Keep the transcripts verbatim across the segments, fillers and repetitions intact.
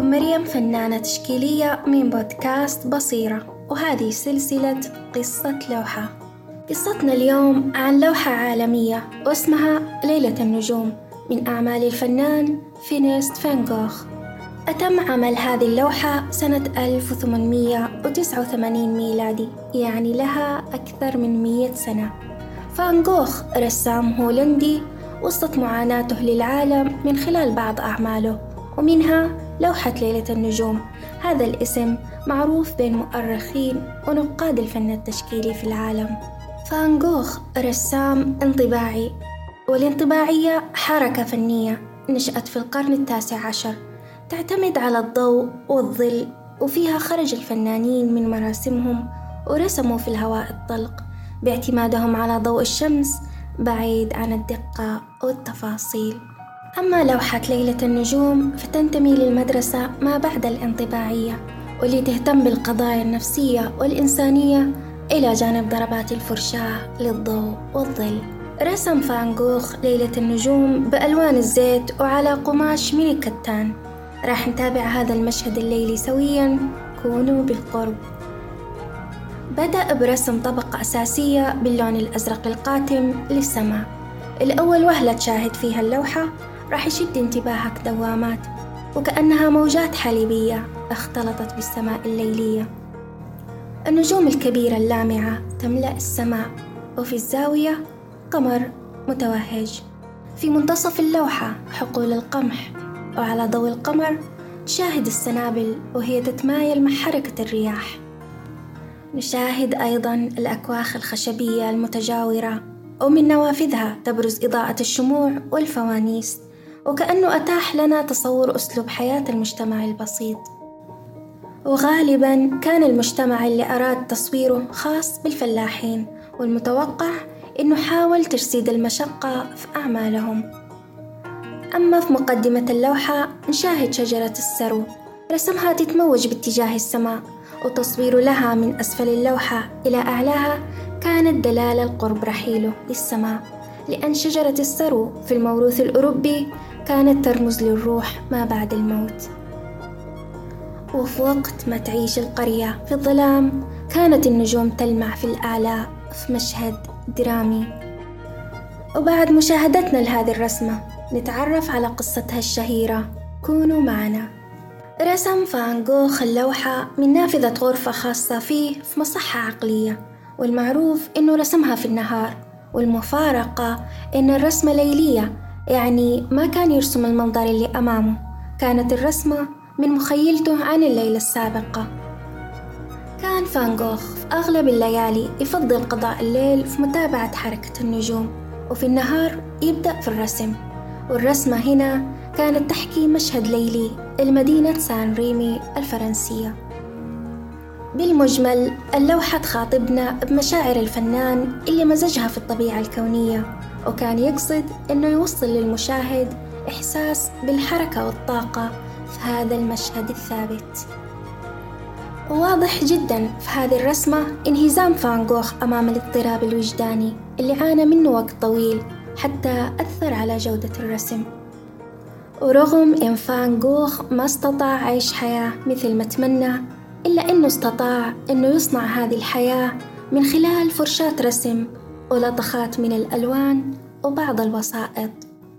معكم مريم، فنانة تشكيلية من بودكاست بصيرة، وهذه سلسلة قصة لوحة. قصتنا اليوم عن لوحة عالمية واسمها ليلة النجوم من أعمال الفنان فينيست فان غوخ. أتم عمل هذه اللوحة سنة ألف وثمانمائة وتسعة وثمانين ميلادي، يعني لها أكثر من مئة سنة. فان غوخ رسام هولندي وسط معاناته للعالم من خلال بعض أعماله، ومنها لوحة ليلة النجوم. هذا الاسم معروف بين مؤرخين ونقاد الفن التشكيلي في العالم. فان غوخ رسام انطباعي، والانطباعية حركة فنية نشأت في القرن التاسع عشر، تعتمد على الضوء والظل، وفيها خرج الفنانين من مراسمهم ورسموا في الهواء الطلق باعتمادهم على ضوء الشمس بعيد عن الدقة والتفاصيل. أما لوحة ليلة النجوم فتنتمي للمدرسة ما بعد الانطباعية، واللي تهتم بالقضايا النفسية والإنسانية إلى جانب ضربات الفرشاة للضوء والظل. رسم فان غوخ ليلة النجوم بألوان الزيت وعلى قماش من الكتان. راح نتابع هذا المشهد الليلي سوياً، كونوا بالقرب. بدأ برسم طبقة أساسية باللون الأزرق القاتم للسماء. الأول وهلة تشاهد فيها اللوحة راح يشد انتباهك دوامات، وكأنها موجات حليبية اختلطت بالسماء الليلية. النجوم الكبيرة اللامعة تملأ السماء، وفي الزاوية قمر متوهج. في منتصف اللوحة حقول القمح، وعلى ضوء القمر تشاهد السنابل وهي تتمايل مع حركة الرياح. نشاهد أيضاً الأكواخ الخشبية المتجاورة، ومن نوافذها تبرز إضاءة الشموع والفوانيس، وكأنه أتاح لنا تصور أسلوب حياة المجتمع البسيط. وغالباً كان المجتمع اللي أراد تصويره خاص بالفلاحين، والمتوقع إنه حاول تجسيد المشقة في أعمالهم. أما في مقدمة اللوحة نشاهد شجرة السرو، رسمها تتموج باتجاه السماء، وتصوير لها من أسفل اللوحة إلى أعلاها كانت دلالة القرب رحيله للسماء، لأن شجرة السرو في الموروث الأوروبي كانت ترمز للروح ما بعد الموت. وفي وقت ما تعيش القرية في الظلام كانت النجوم تلمع في الأعلى في مشهد درامي. وبعد مشاهدتنا لهذه الرسمة نتعرف على قصتها الشهيرة. كونوا معنا. رسم فان غوخ اللوحة من نافذة غرفة خاصة فيه في مصحة عقلية، والمعروف إنه رسمها في النهار، والمفارقة إن الرسمة ليلية، يعني ما كان يرسم المنظر اللي أمامه، كانت الرسمة من مخيلته عن الليلة السابقة. كان فان غوخ في أغلب الليالي يفضل قضاء الليل في متابعة حركة النجوم، وفي النهار يبدأ في الرسم. والرسمة هنا كانت تحكي مشهد ليلي المدينة سان ريمي الفرنسية. بالمجمل اللوحة تخاطبنا بمشاعر الفنان اللي مزجها في الطبيعة الكونية، وكان يقصد إنه يوصل للمشاهد إحساس بالحركة والطاقة في هذا المشهد الثابت. واضح جدا في هذه الرسمة انهزام فان غوخ أمام الاضطراب الوجداني اللي عانى منه وقت طويل حتى أثر على جودة الرسم. ورغم إن فان غوخ ما استطاع عيش حياة مثل ما تمنى، إلا إنه استطاع إنه يصنع هذه الحياة من خلال فرشاة رسم ولطخات من الألوان وبعض الوسائط.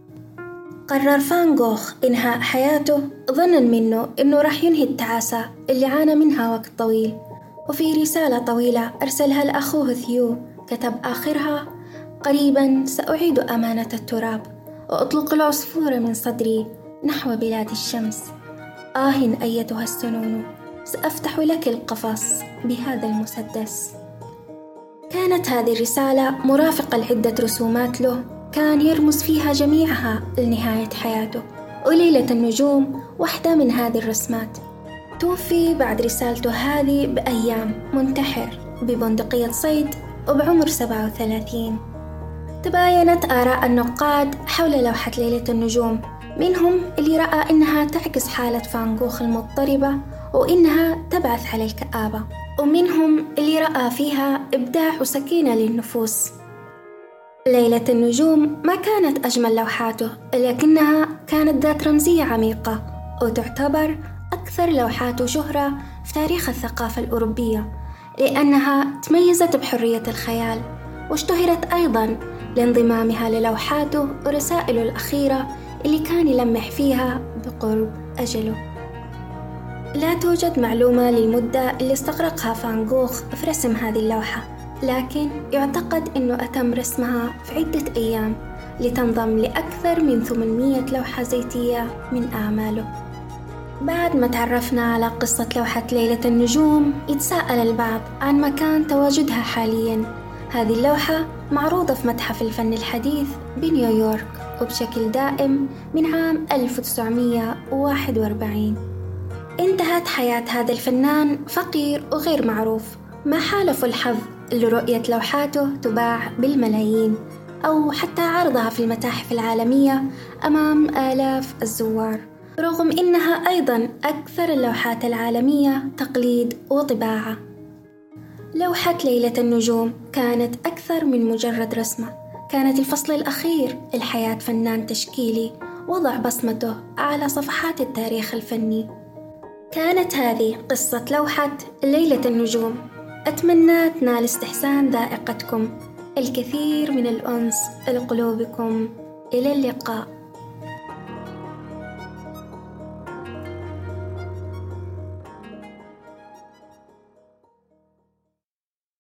قرر فان غوخ إنهاء حياته ظناً منه إنه راح ينهي التعاسة اللي عانى منها وقت طويل. وفي رسالة طويلة أرسلها لأخوه ثيو كتب آخرها: قريباً سأعيد أمانة التراب وأطلق العصفور من صدري نحو بلاد الشمس. آه أيتها السنون، سأفتح لك القفص بهذا المسدس. كانت هذه الرسالة مرافقة لعدة رسومات له كان يرمز فيها جميعها لنهاية حياته، وليلة النجوم واحدة من هذه الرسمات. توفي بعد رسالته هذه بأيام منتحر ببندقية صيد وبعمر سبعة وثلاثين. تباينت آراء النقاد حول لوحة ليلة النجوم، منهم اللي رأى إنها تعكس حالة فان غوخ المضطربة وإنها تبعث على الكآبة، ومنهم اللي رأى فيها إبداع وسكينة للنفوس. ليلة النجوم ما كانت أجمل لوحاته، لكنها كانت ذات رمزية عميقة، وتعتبر أكثر لوحاته شهرة في تاريخ الثقافة الأوروبية، لأنها تميزت بحرية الخيال، واشتهرت أيضاً لانضمامها للوحاته ورسائله الأخيرة اللي كان يلمح فيها بقرب أجله. لا توجد معلومة للمدة اللي استغرقها فان جوخ في رسم هذه اللوحة، لكن يعتقد أنه أتم رسمها في عدة أيام لتنضم لأكثر من ثمانمائة لوحة زيتية من أعماله. بعد ما تعرفنا على قصة لوحة ليلة النجوم، يتساءل البعض عن مكان تواجدها حالياً. هذه اللوحة معروضة في متحف الفن الحديث بنيويورك وبشكل دائم من عام ألف وتسعمائة وواحد وأربعين. انتهت حياة هذا الفنان فقير وغير معروف، ما حالفه الحظ لرؤية لوحاته تباع بالملايين أو حتى عرضها في المتاحف العالمية أمام آلاف الزوار، رغم إنها أيضاً أكثر اللوحات العالمية تقليد وطباعة. لوحة ليلة النجوم كانت أكثر من مجرد رسمة، كانت الفصل الأخير لحياة فنان تشكيلي وضع بصمته على صفحات التاريخ الفني. كانت هذه قصة لوحة ليلة النجوم. أتمنى تنال استحسان ذائقتكم. الكثير من الأنس لقلوبكم. إلى اللقاء.